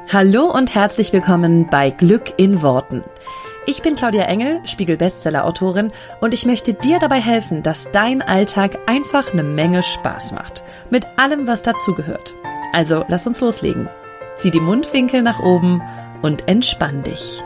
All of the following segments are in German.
Hallo und herzlich willkommen bei Glück in Worten. Ich bin Claudia Engel, Spiegel-Bestseller-Autorin und ich möchte dir dabei helfen, dass dein Alltag einfach eine Menge Spaß macht. Mit allem, was dazugehört. Also lass uns loslegen. Zieh die Mundwinkel nach oben und entspann dich.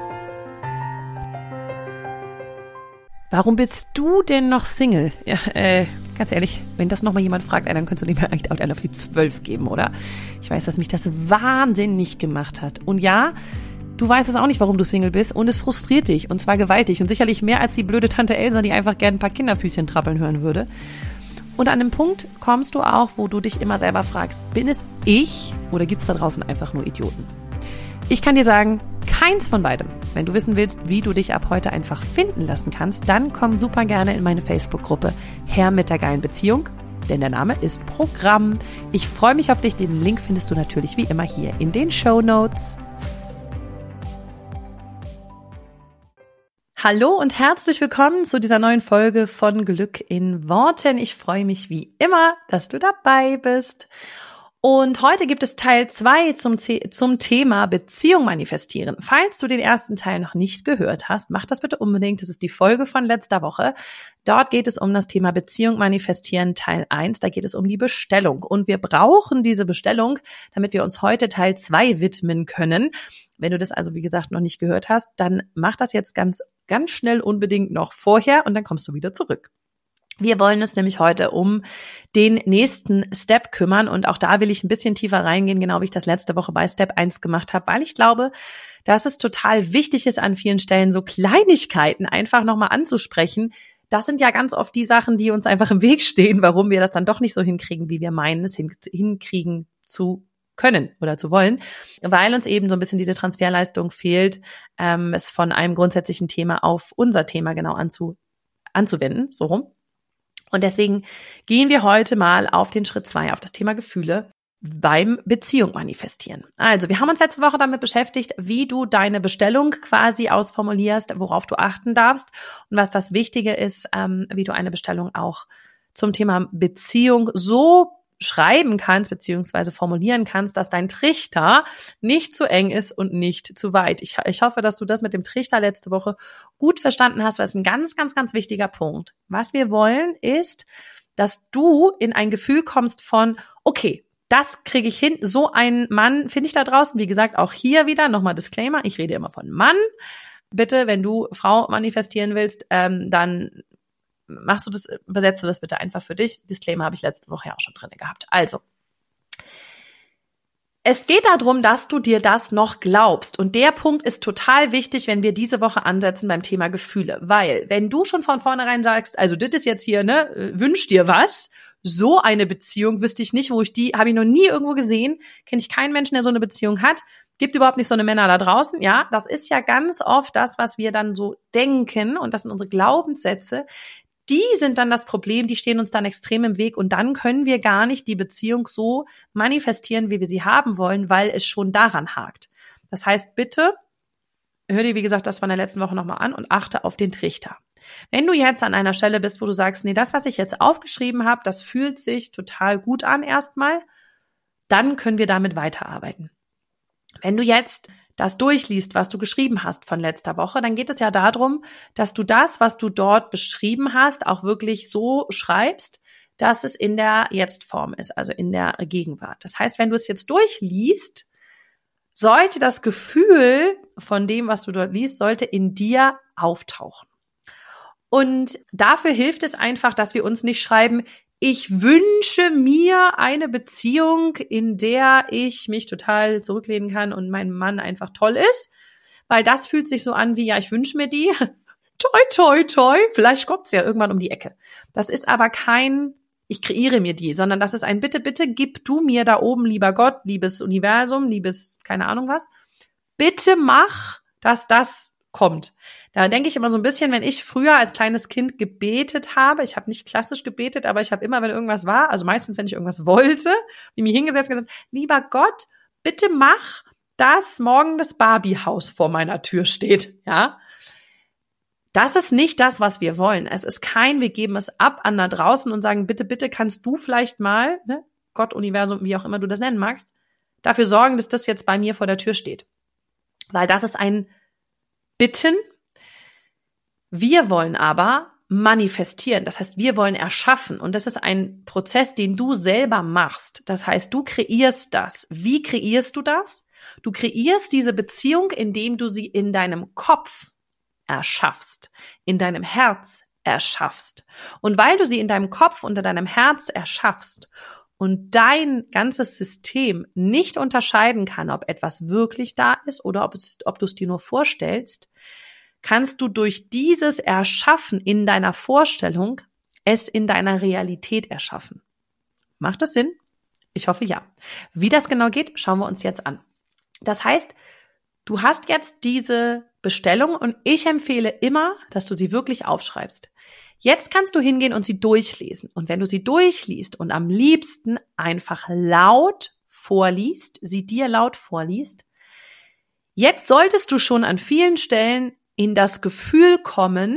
Warum bist du denn noch Single? Ja, ganz ehrlich, wenn das nochmal jemand fragt, dann könntest du dem eigentlich auch einen auf die 12 geben, oder? Ich weiß, dass mich das wahnsinnig gemacht hat. Und ja, du weißt es auch nicht, warum du Single bist und es frustriert dich und zwar gewaltig und sicherlich mehr als die blöde Tante Elsa, die einfach gerne ein paar Kinderfüßchen trappeln hören würde. Und an einem Punkt kommst du auch, wo du dich immer selber fragst, bin es ich oder gibt es da draußen einfach nur Idioten? Ich kann dir sagen, keins von beidem. Wenn du wissen willst, wie du dich ab heute einfach finden lassen kannst, dann komm super gerne in meine Facebook-Gruppe Herr mit der geilen Beziehung, denn der Name ist Programm. Ich freue mich auf dich. Den Link findest du natürlich wie immer hier in den Shownotes. Hallo und herzlich willkommen zu dieser neuen Folge von Glück in Worten. Ich freue mich wie immer, dass du dabei bist. Und heute gibt es Teil 2 zum Thema Beziehung manifestieren. Falls du den ersten Teil noch nicht gehört hast, mach das bitte unbedingt. Das ist die Folge von letzter Woche. Dort geht es um das Thema Beziehung manifestieren, Teil 1. Da geht es um die Bestellung. Und wir brauchen diese Bestellung, damit wir uns heute Teil 2 widmen können. Wenn du das also, wie gesagt, noch nicht gehört hast, dann mach das jetzt ganz schnell unbedingt noch vorher und dann kommst du wieder zurück. Wir wollen uns nämlich heute um den nächsten Step kümmern und auch da will ich ein bisschen tiefer reingehen, genau wie ich das letzte Woche bei Step 1 gemacht habe, weil ich glaube, dass es total wichtig ist, an vielen Stellen so Kleinigkeiten einfach nochmal anzusprechen. Das sind ja ganz oft die Sachen, die uns einfach im Weg stehen, warum wir das dann doch nicht so hinkriegen, wie wir meinen, es hinkriegen zu können oder zu wollen, weil uns eben so ein bisschen diese Transferleistung fehlt, es von einem grundsätzlichen Thema auf unser Thema genau anzuwenden, so rum. Und deswegen gehen wir heute mal auf den Schritt 2, auf das Thema Gefühle beim Beziehung manifestieren. Also, wir haben uns letzte Woche damit beschäftigt, wie du deine Bestellung quasi ausformulierst, worauf du achten darfst und was das Wichtige ist, wie du eine Bestellung auch zum Thema Beziehung so schreiben kannst, beziehungsweise formulieren kannst, dass dein Trichter nicht zu eng ist und nicht zu weit. Ich hoffe, dass du das mit dem Trichter letzte Woche gut verstanden hast, weil es ein ganz, ganz, ganz wichtiger Punkt. Was wir wollen, ist, dass du in ein Gefühl kommst von, okay, das kriege ich hin, so einen Mann finde ich da draußen. Wie gesagt, auch hier wieder nochmal Disclaimer, ich rede immer von Mann. Bitte, wenn du Frau manifestieren willst, dann übersetzt du das bitte einfach für dich. Disclaimer habe ich letzte Woche ja auch schon drin gehabt. Also, es geht darum, dass du dir das noch glaubst. Und der Punkt ist total wichtig, wenn wir diese Woche ansetzen beim Thema Gefühle. Weil, wenn du schon von vornherein sagst, also das ist jetzt hier, wünsch dir was, so eine Beziehung, wüsste ich nicht, habe ich noch nie irgendwo gesehen, kenne ich keinen Menschen, der so eine Beziehung hat. Gibt überhaupt nicht so eine Männer da draußen, ja. Das ist ja ganz oft das, was wir dann so denken. Und das sind unsere Glaubenssätze. Die sind dann das Problem, die stehen uns dann extrem im Weg und dann können wir gar nicht die Beziehung so manifestieren, wie wir sie haben wollen, weil es schon daran hakt. Das heißt, bitte hör dir, wie gesagt, das von der letzten Woche nochmal an und achte auf den Trichter. Wenn du jetzt an einer Stelle bist, wo du sagst, nee, das, was ich jetzt aufgeschrieben habe, das fühlt sich total gut an erstmal, dann können wir damit weiterarbeiten. Wenn du jetzt das durchliest, was du geschrieben hast von letzter Woche, dann geht es ja darum, dass du das, was du dort beschrieben hast, auch wirklich so schreibst, dass es in der Jetzt-Form ist, also in der Gegenwart. Das heißt, wenn du es jetzt durchliest, sollte das Gefühl von dem, was du dort liest, sollte in dir auftauchen. Und dafür hilft es einfach, dass wir uns nicht schreiben, ich wünsche mir eine Beziehung, in der ich mich total zurücklehnen kann und mein Mann einfach toll ist, weil das fühlt sich so an wie, ja, ich wünsche mir die, toi, toi, toi, vielleicht kommt's ja irgendwann um die Ecke. Das ist aber kein, ich kreiere mir die, sondern das ist ein bitte, bitte gib du mir da oben, lieber Gott, liebes Universum, liebes, keine Ahnung was, bitte mach, dass das kommt. Da denke ich immer so ein bisschen, wenn ich früher als kleines Kind gebetet habe, ich habe nicht klassisch gebetet, aber ich habe immer, wenn irgendwas war, also meistens, wenn ich irgendwas wollte, mich hingesetzt und gesagt, lieber Gott, bitte mach, dass morgen das Barbie-Haus vor meiner Tür steht, ja. Das ist nicht das, was wir wollen. Es ist kein, wir geben es ab an da draußen und sagen, bitte, bitte kannst du vielleicht mal, Gott, Universum, wie auch immer du das nennen magst, dafür sorgen, dass das jetzt bei mir vor der Tür steht. Weil das ist ein Bitten. Wir wollen aber manifestieren. Das heißt, wir wollen erschaffen. Und das ist ein Prozess, den du selber machst. Das heißt, du kreierst das. Wie kreierst du das? Du kreierst diese Beziehung, indem du sie in deinem Kopf erschaffst, in deinem Herz erschaffst. Und weil du sie in deinem Kopf und in deinem Herz erschaffst und dein ganzes System nicht unterscheiden kann, ob etwas wirklich da ist oder ob du es dir nur vorstellst, kannst du durch dieses Erschaffen in deiner Vorstellung es in deiner Realität erschaffen. Macht das Sinn? Ich hoffe ja. Wie das genau geht, schauen wir uns jetzt an. Das heißt, du hast jetzt diese Bestellung und ich empfehle immer, dass du sie wirklich aufschreibst. Jetzt kannst du hingehen und sie durchlesen. Und wenn du sie durchliest und am liebsten einfach laut vorliest, sie dir laut vorliest, jetzt solltest du schon an vielen Stellen in das Gefühl kommen,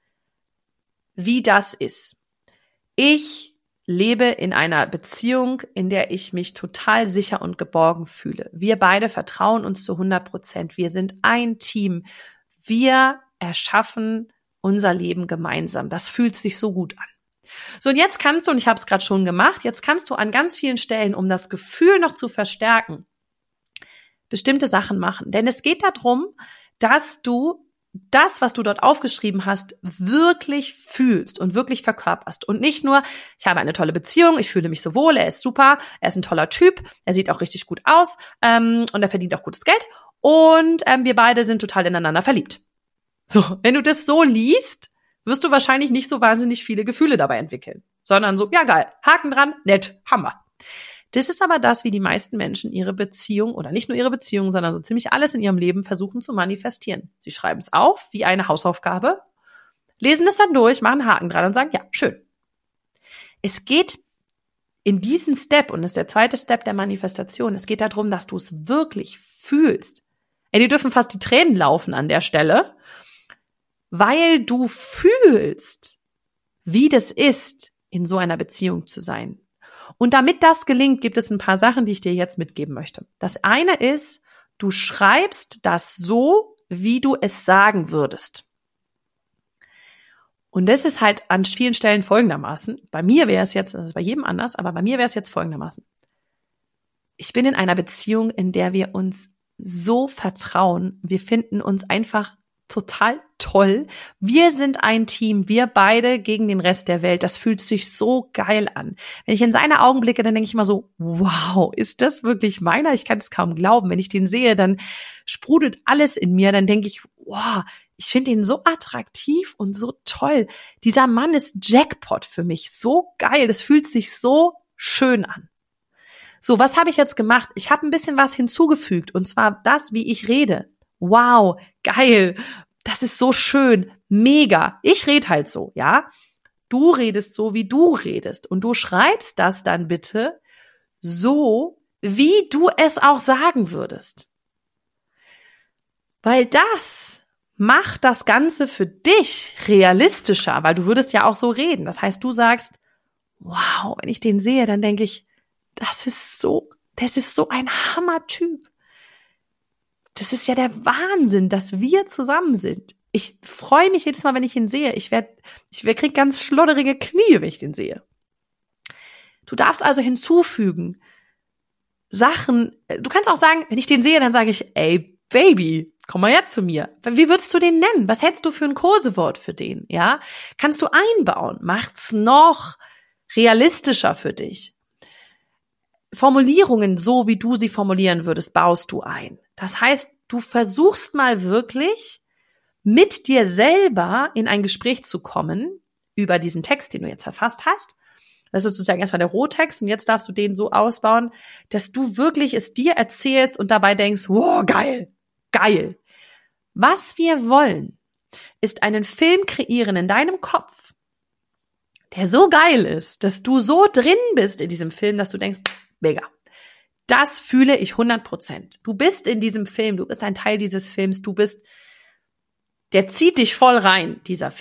wie das ist. Ich lebe in einer Beziehung, in der ich mich total sicher und geborgen fühle. Wir beide vertrauen uns zu 100%. Wir sind ein Team. Wir erschaffen unser Leben gemeinsam. Das fühlt sich so gut an. So, und jetzt kannst du, und ich habe es gerade schon gemacht, jetzt kannst du an ganz vielen Stellen, um das Gefühl noch zu verstärken, bestimmte Sachen machen. Denn es geht darum, dass du das, was du dort aufgeschrieben hast, wirklich fühlst und wirklich verkörperst. Und nicht nur, ich habe eine tolle Beziehung, ich fühle mich so wohl, er ist super, er ist ein toller Typ, er sieht auch richtig gut aus und er verdient auch gutes Geld und wir beide sind total ineinander verliebt. So, wenn du das so liest, wirst du wahrscheinlich nicht so wahnsinnig viele Gefühle dabei entwickeln, sondern so, ja geil, Haken dran, nett, Hammer. Das ist aber das, wie die meisten Menschen ihre Beziehung oder nicht nur ihre Beziehung, sondern so ziemlich alles in ihrem Leben versuchen zu manifestieren. Sie schreiben es auf wie eine Hausaufgabe, lesen es dann durch, machen einen Haken dran und sagen, ja, schön. Es geht in diesen Step, und das ist der zweite Step der Manifestation, es geht darum, dass du es wirklich fühlst. Dir dürfen fast die Tränen laufen an der Stelle, weil du fühlst, wie das ist, in so einer Beziehung zu sein. Und damit das gelingt, gibt es ein paar Sachen, die ich dir jetzt mitgeben möchte. Das eine ist, du schreibst das so, wie du es sagen würdest. Und das ist halt an vielen Stellen folgendermaßen. Bei mir wäre es jetzt, das ist bei jedem anders, aber bei mir wäre es jetzt folgendermaßen. Ich bin in einer Beziehung, in der wir uns so vertrauen. Wir finden uns einfach total toll. Wir sind ein Team, wir beide gegen den Rest der Welt. Das fühlt sich so geil an. Wenn ich in seine Augen blicke, dann denke ich immer so, wow, ist das wirklich meiner? Ich kann es kaum glauben. Wenn ich den sehe, dann sprudelt alles in mir. Dann denke ich, wow, ich finde ihn so attraktiv und so toll. Dieser Mann ist Jackpot für mich. So geil. Das fühlt sich so schön an. So, was habe ich jetzt gemacht? Ich habe ein bisschen was hinzugefügt. Und zwar das, wie ich rede. Wow, geil, das ist so schön, mega. Ich rede halt so, ja. Du redest so, wie du redest. Und du schreibst das dann bitte so, wie du es auch sagen würdest. Weil das macht das Ganze für dich realistischer, weil du würdest ja auch so reden. Das heißt, du sagst, wow, wenn ich den sehe, dann denke ich, das ist so ein Hammertyp. Das ist ja der Wahnsinn, dass wir zusammen sind. Ich freue mich jedes Mal, wenn ich ihn sehe. Ich krieg ganz schlotterige Knie, wenn ich den sehe. Du darfst also hinzufügen Sachen. Du kannst auch sagen, wenn ich den sehe, dann sage ich, ey, Baby, komm mal jetzt zu mir. Wie würdest du den nennen? Was hättest du für ein Kosewort für den? Ja, kannst du einbauen. Macht's noch realistischer für dich. Formulierungen, so wie du sie formulieren würdest, baust du ein. Das heißt, du versuchst mal wirklich mit dir selber in ein Gespräch zu kommen über diesen Text, den du jetzt verfasst hast. Das ist sozusagen erstmal der Rohtext und jetzt darfst du den so ausbauen, dass du wirklich es dir erzählst und dabei denkst, wow, geil, geil. Was wir wollen, ist einen Film kreieren in deinem Kopf, der so geil ist, dass du so drin bist in diesem Film, dass du denkst, mega. Das fühle ich 100%. Du bist in diesem Film, du bist ein Teil dieses Films, der zieht dich voll rein, dieser Film.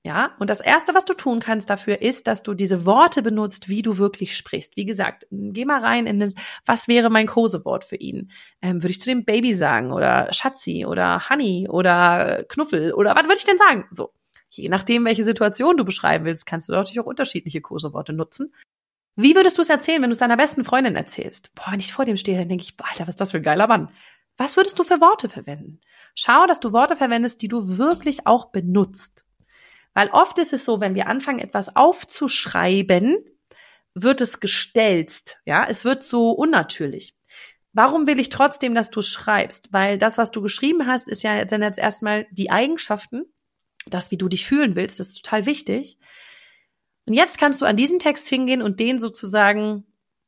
Ja, und das Erste, was du tun kannst dafür, ist, dass du diese Worte benutzt, wie du wirklich sprichst. Wie gesagt, geh mal rein in das, was wäre mein Kosewort für ihn? Würde ich zu dem Baby sagen oder Schatzi oder Honey oder Knuffel oder was würde ich denn sagen? So, je nachdem, welche Situation du beschreiben willst, kannst du natürlich auch unterschiedliche Koseworte nutzen. Wie würdest du es erzählen, wenn du es deiner besten Freundin erzählst? Boah, wenn ich vor dem stehe, dann denke ich, boah, Alter, was ist das für ein geiler Mann? Was würdest du für Worte verwenden? Schau, dass du Worte verwendest, die du wirklich auch benutzt. Weil oft ist es so, wenn wir anfangen, etwas aufzuschreiben, wird es gestelzt. Ja, es wird so unnatürlich. Warum will ich trotzdem, dass du schreibst? Weil das, was du geschrieben hast, ist ja dann jetzt erstmal die Eigenschaften, das, wie du dich fühlen willst, das ist total wichtig. Und jetzt kannst du an diesen Text hingehen und den sozusagen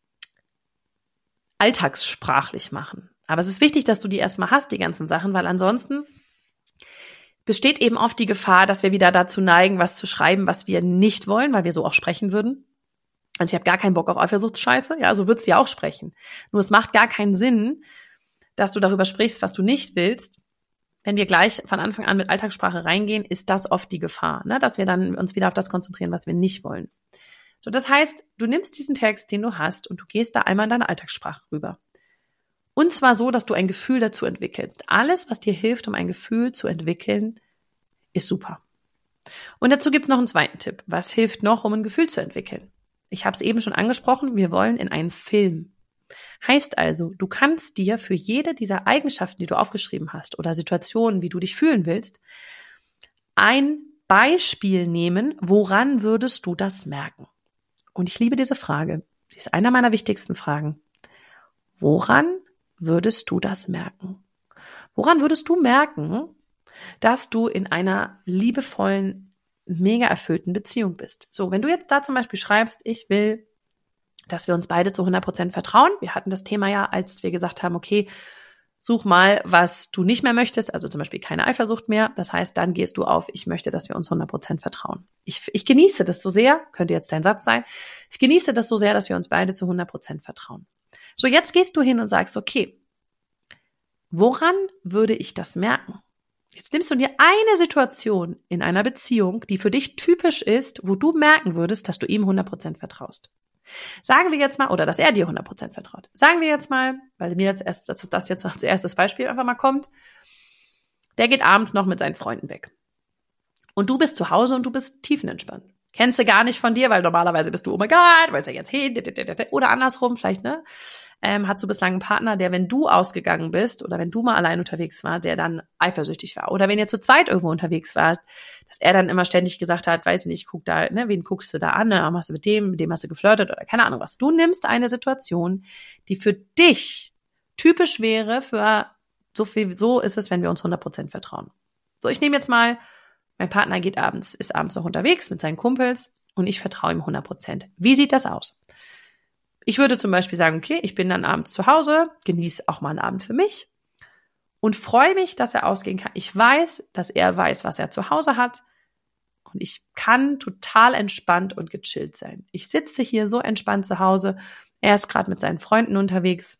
alltagssprachlich machen. Aber es ist wichtig, dass du die erstmal hast, die ganzen Sachen, weil ansonsten besteht eben oft die Gefahr, dass wir wieder dazu neigen, was zu schreiben, was wir nicht wollen, weil wir so auch sprechen würden. Also ich habe gar keinen Bock auf Eifersuchtsscheiße, ja, so würdest du ja auch sprechen. Nur es macht gar keinen Sinn, dass du darüber sprichst, was du nicht willst. Wenn wir gleich von Anfang an mit Alltagssprache reingehen, ist das oft die Gefahr, ne? Dass wir dann uns wieder auf das konzentrieren, was wir nicht wollen. So, das heißt, du nimmst diesen Text, den du hast, und du gehst da einmal in deine Alltagssprache rüber. Und zwar so, dass du ein Gefühl dazu entwickelst. Alles, was dir hilft, um ein Gefühl zu entwickeln, ist super. Und dazu gibt's noch einen zweiten Tipp. Was hilft noch, um ein Gefühl zu entwickeln? Ich habe es eben schon angesprochen, wir wollen in einen Film. Heißt also, du kannst dir für jede dieser Eigenschaften, die du aufgeschrieben hast, oder Situationen, wie du dich fühlen willst, ein Beispiel nehmen, woran würdest du das merken? Und ich liebe diese Frage. Sie ist einer meiner wichtigsten Fragen. Woran würdest du das merken? Woran würdest du merken, dass du in einer liebevollen, mega erfüllten Beziehung bist? So, wenn du jetzt da zum Beispiel schreibst, ich will, dass wir uns beide zu 100% vertrauen. Wir hatten das Thema ja, als wir gesagt haben, okay, such mal, was du nicht mehr möchtest, also zum Beispiel keine Eifersucht mehr. Das heißt, dann gehst du auf, ich möchte, dass wir uns 100% vertrauen. Ich genieße das so sehr, könnte jetzt dein Satz sein, ich genieße das so sehr, dass wir uns beide zu 100% vertrauen. So, jetzt gehst du hin und sagst, okay, woran würde ich das merken? Jetzt nimmst du dir eine Situation in einer Beziehung, die für dich typisch ist, wo du merken würdest, dass du ihm 100% vertraust. Sagen wir jetzt mal, oder dass er dir 100% vertraut. Sagen wir jetzt mal, weil mir jetzt erst, dass das jetzt als erstes Beispiel einfach mal kommt, der geht abends noch mit seinen Freunden weg. Und du bist zu Hause und du bist tiefenentspannt. Kennst du gar nicht von dir, weil normalerweise bist du, oh mein Gott, wo ist er jetzt hin? Oder andersrum vielleicht, ne? Hast du bislang einen Partner, der, wenn du ausgegangen bist oder wenn du mal allein unterwegs war, der dann eifersüchtig war. Oder wenn ihr zu zweit irgendwo unterwegs wart, dass er dann immer ständig gesagt hat, weiß ich nicht, guck da, ne, wen guckst du da an? Ne? Hast du mit dem hast du geflirtet oder keine Ahnung was. Du nimmst eine Situation, die für dich typisch wäre für so ist es, wenn wir uns 100% vertrauen. So, ich nehme jetzt mal, mein Partner ist abends noch unterwegs mit seinen Kumpels und ich vertraue ihm 100%. Wie sieht das aus? Ich würde zum Beispiel sagen, okay, ich bin dann abends zu Hause, genieße auch mal einen Abend für mich und freue mich, dass er ausgehen kann. Ich weiß, dass er weiß, was er zu Hause hat und ich kann total entspannt und gechillt sein. Ich sitze hier so entspannt zu Hause, er ist gerade mit seinen Freunden unterwegs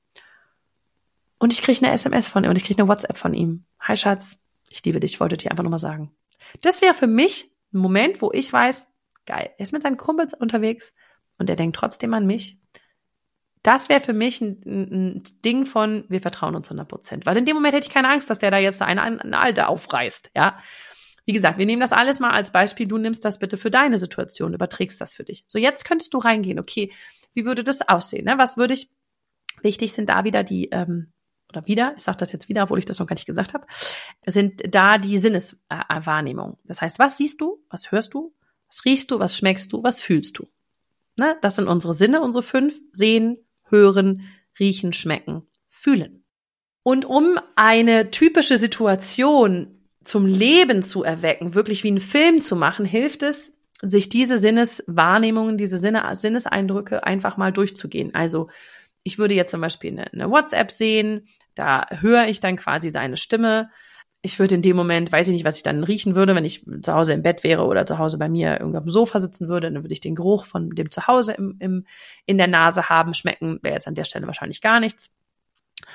und ich kriege eine SMS von ihm und ich kriege eine WhatsApp von ihm. Hi Schatz, ich liebe dich, wollte dir einfach nochmal sagen. Das wäre für mich ein Moment, wo ich weiß, geil, er ist mit seinen Kumpels unterwegs und er denkt trotzdem an mich. Das wäre für mich ein Ding von, wir vertrauen uns 100%. Weil in dem Moment hätte ich keine Angst, dass der da jetzt eine Alte aufreißt, ja. Wie gesagt, wir nehmen das alles mal als Beispiel. Du nimmst das bitte für deine Situation, überträgst das für dich. So, jetzt könntest du reingehen. Okay, wie würde das aussehen? Ne? Wichtig sind da wieder ich sage das jetzt wieder, obwohl ich das noch gar nicht gesagt habe, sind da die Sinneswahrnehmung. Das heißt, was siehst du, was hörst du, was riechst du, was schmeckst du, was fühlst du? Ne? Das sind unsere Sinne, unsere 5, sehen, hören, riechen, schmecken, fühlen. Und um eine typische Situation zum Leben zu erwecken, wirklich wie einen Film zu machen, hilft es, sich diese Sinneswahrnehmungen, diese Sinneseindrücke einfach mal durchzugehen. Also ich würde jetzt zum Beispiel eine WhatsApp sehen, da höre ich dann quasi seine Stimme. Ich würde in dem Moment, weiß ich nicht, was ich dann riechen würde, wenn ich zu Hause im Bett wäre oder zu Hause bei mir irgendwie auf dem Sofa sitzen würde, dann würde ich den Geruch von dem Zuhause in der Nase haben. Schmecken wäre jetzt an der Stelle wahrscheinlich gar nichts.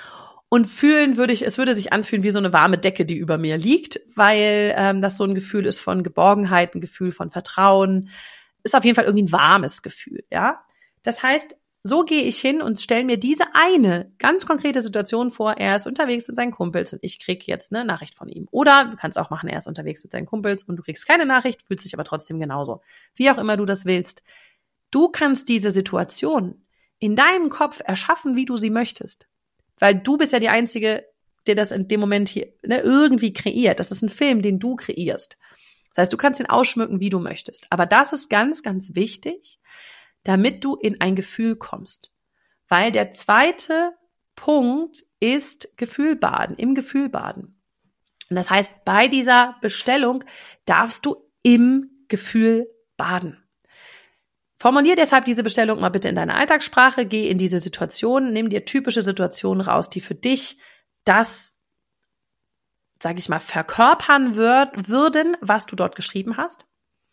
Und es würde sich anfühlen wie so eine warme Decke, die über mir liegt, weil das so ein Gefühl ist von Geborgenheit, ein Gefühl von Vertrauen. Ist auf jeden Fall irgendwie ein warmes Gefühl, ja. Das heißt, so gehe ich hin und stelle mir diese eine ganz konkrete Situation vor. Er ist unterwegs mit seinen Kumpels und ich krieg jetzt eine Nachricht von ihm. Oder du kannst auch machen, er ist unterwegs mit seinen Kumpels und du kriegst keine Nachricht, fühlst dich aber trotzdem genauso. Wie auch immer du das willst. Du kannst diese Situation in deinem Kopf erschaffen, wie du sie möchtest. Weil du bist ja die Einzige, der das in dem Moment hier irgendwie kreiert. Das ist ein Film, den du kreierst. Das heißt, du kannst ihn ausschmücken, wie du möchtest. Aber das ist ganz, ganz wichtig, damit du in ein Gefühl kommst. Weil der zweite Punkt ist Gefühl baden, im Gefühl baden. Und das heißt, bei dieser Bestellung darfst du im Gefühl baden. Formulier deshalb diese Bestellung mal bitte in deiner Alltagssprache, geh in diese Situation, nimm dir typische Situationen raus, die für dich das, sage ich mal, verkörpern würden, was du dort geschrieben hast.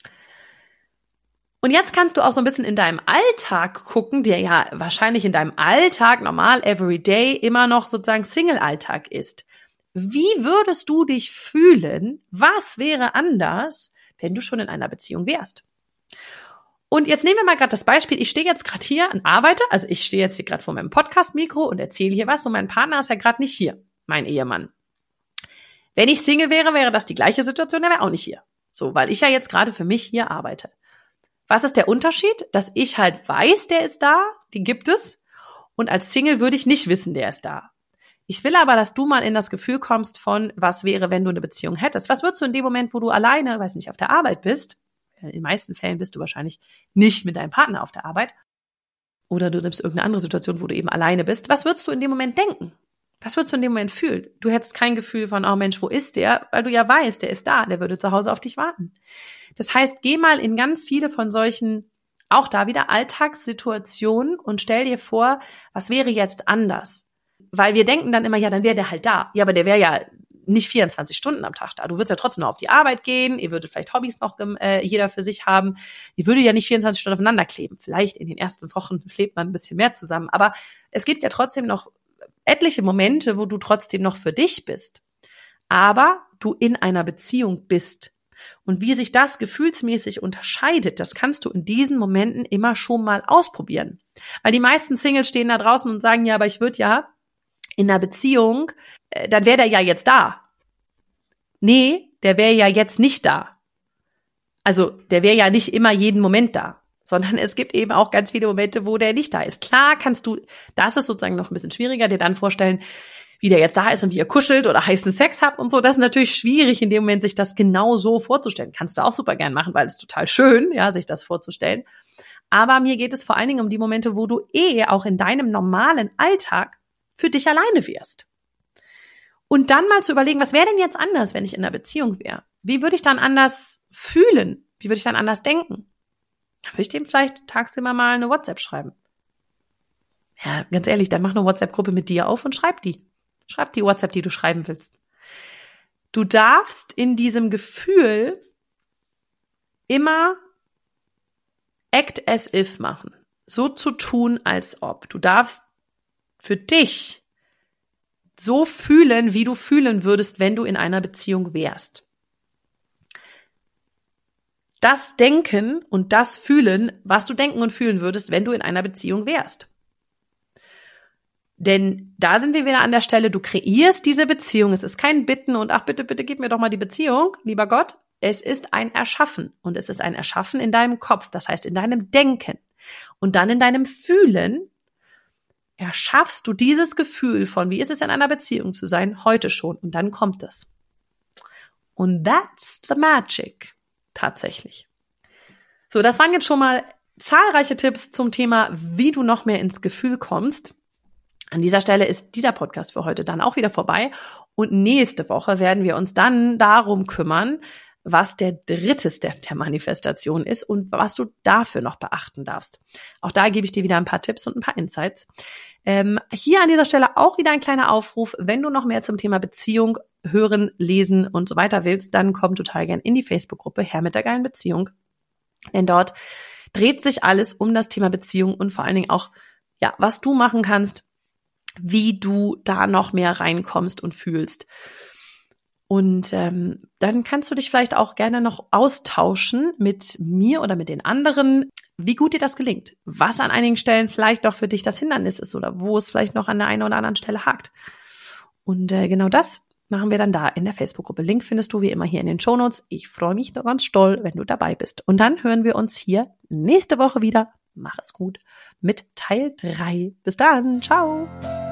Und jetzt kannst du auch so ein bisschen in deinem Alltag gucken, der ja wahrscheinlich in deinem Alltag normal, everyday, immer noch sozusagen Single-Alltag ist. Wie würdest du dich fühlen? Was wäre anders, wenn du schon in einer Beziehung wärst? Und jetzt nehmen wir mal gerade das Beispiel, ich stehe jetzt gerade hier und arbeite, also ich stehe jetzt hier gerade vor meinem Podcast-Mikro und erzähle hier was und mein Partner ist ja gerade nicht hier, mein Ehemann. Wenn ich Single wäre, wäre das die gleiche Situation, der wäre auch nicht hier. So, weil ich ja jetzt gerade für mich hier arbeite. Was ist der Unterschied? Dass ich halt weiß, der ist da, die gibt es. Und als Single würde ich nicht wissen, der ist da. Ich will aber, dass du mal in das Gefühl kommst von, was wäre, wenn du eine Beziehung hättest. Was würdest du in dem Moment, wo du alleine, weiß nicht, auf der Arbeit bist? In den meisten Fällen bist du wahrscheinlich nicht mit deinem Partner auf der Arbeit. Oder du nimmst irgendeine andere Situation, wo du eben alleine bist. Was würdest du in dem Moment denken? Was würdest du in dem Moment fühlen? Du hättest kein Gefühl von, oh Mensch, wo ist der? Weil du ja weißt, der ist da, der würde zu Hause auf dich warten. Das heißt, geh mal in ganz viele von solchen, auch da wieder Alltagssituationen und stell dir vor, was wäre jetzt anders? Weil wir denken dann immer, ja, dann wäre der halt da. Ja, aber der wäre ja nicht 24 Stunden am Tag da. Du würdest ja trotzdem noch auf die Arbeit gehen, ihr würdet vielleicht Hobbys noch jeder für sich haben. Ihr würdet ja nicht 24 Stunden aufeinander kleben. Vielleicht in den ersten Wochen klebt man ein bisschen mehr zusammen. Aber es gibt ja trotzdem noch etliche Momente, wo du trotzdem noch für dich bist. Aber du in einer Beziehung bist. Und wie sich das gefühlsmäßig unterscheidet, das kannst du in diesen Momenten immer schon mal ausprobieren. Weil die meisten Singles stehen da draußen und sagen, ja, aber ich würde ja in einer Beziehung, dann wäre der ja jetzt da. Nee, der wäre ja jetzt nicht da. Also der wäre ja nicht immer jeden Moment da, sondern es gibt eben auch ganz viele Momente, wo der nicht da ist. Klar kannst du, das ist sozusagen noch ein bisschen schwieriger, dir dann vorstellen, wie der jetzt da ist und wie ihr kuschelt oder heißen Sex habt und so. Das ist natürlich schwierig, in dem Moment sich das genau so vorzustellen. Kannst du auch super gern machen, weil es total schön, ja, sich das vorzustellen. Aber mir geht es vor allen Dingen um die Momente, wo du auch in deinem normalen Alltag für dich alleine wärst. Und dann mal zu überlegen, was wäre denn jetzt anders, wenn ich in einer Beziehung wäre? Wie würde ich dann anders fühlen? Wie würde ich dann anders denken? Dann würde ich dem vielleicht tagsüber mal eine WhatsApp schreiben. Ja, ganz ehrlich, dann mach eine WhatsApp-Gruppe mit dir auf und schreib die. Schreib die WhatsApp, die du schreiben willst. Du darfst in diesem Gefühl immer act as if machen. So zu tun, als ob. Du darfst für dich so fühlen, wie du fühlen würdest, wenn du in einer Beziehung wärst. Das Denken und das Fühlen, was du denken und fühlen würdest, wenn du in einer Beziehung wärst. Denn da sind wir wieder an der Stelle, du kreierst diese Beziehung. Es ist kein Bitten und ach bitte, bitte gib mir doch mal die Beziehung, lieber Gott. Es ist ein Erschaffen und es ist ein Erschaffen in deinem Kopf, das heißt in deinem Denken. Und dann in deinem Fühlen erschaffst du dieses Gefühl von, wie ist es in einer Beziehung zu sein, heute schon. Und dann kommt es. Und that's the magic. Tatsächlich. So, das waren jetzt schon mal zahlreiche Tipps zum Thema, wie du noch mehr ins Gefühl kommst. An dieser Stelle ist dieser Podcast für heute dann auch wieder vorbei. Und nächste Woche werden wir uns dann darum kümmern, was der dritte Step der Manifestation ist und was du dafür noch beachten darfst. Auch da gebe ich dir wieder ein paar Tipps und ein paar Insights. Hier an dieser Stelle auch wieder ein kleiner Aufruf. Wenn du noch mehr zum Thema Beziehung hören, lesen und so weiter willst, dann komm total gern in die Facebook-Gruppe Herr mit der geilen Beziehung. Denn dort dreht sich alles um das Thema Beziehung und vor allen Dingen auch, ja, was du machen kannst, wie du da noch mehr reinkommst und fühlst. Und dann kannst du dich vielleicht auch gerne noch austauschen mit mir oder mit den anderen, wie gut dir das gelingt, was an einigen Stellen vielleicht doch für dich das Hindernis ist oder wo es vielleicht noch an der einen oder anderen Stelle hakt. Und genau das machen wir dann da in der Facebook-Gruppe. Link findest du wie immer hier in den Shownotes. Ich freue mich doch ganz doll, wenn du dabei bist. Und dann hören wir uns hier nächste Woche wieder. Mach es gut mit Teil 3. Bis dann. Ciao.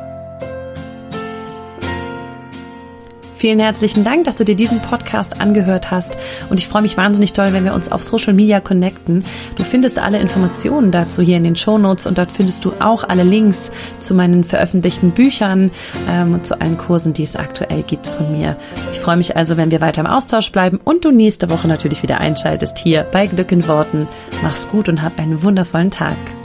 Vielen herzlichen Dank, dass du dir diesen Podcast angehört hast und ich freue mich wahnsinnig toll, wenn wir uns auf Social Media connecten. Du findest alle Informationen dazu hier in den Shownotes und dort findest du auch alle Links zu meinen veröffentlichten Büchern und zu allen Kursen, die es aktuell gibt von mir. Ich freue mich also, wenn wir weiter im Austausch bleiben und du nächste Woche natürlich wieder einschaltest hier bei Glück in Worten. Mach's gut und hab einen wundervollen Tag.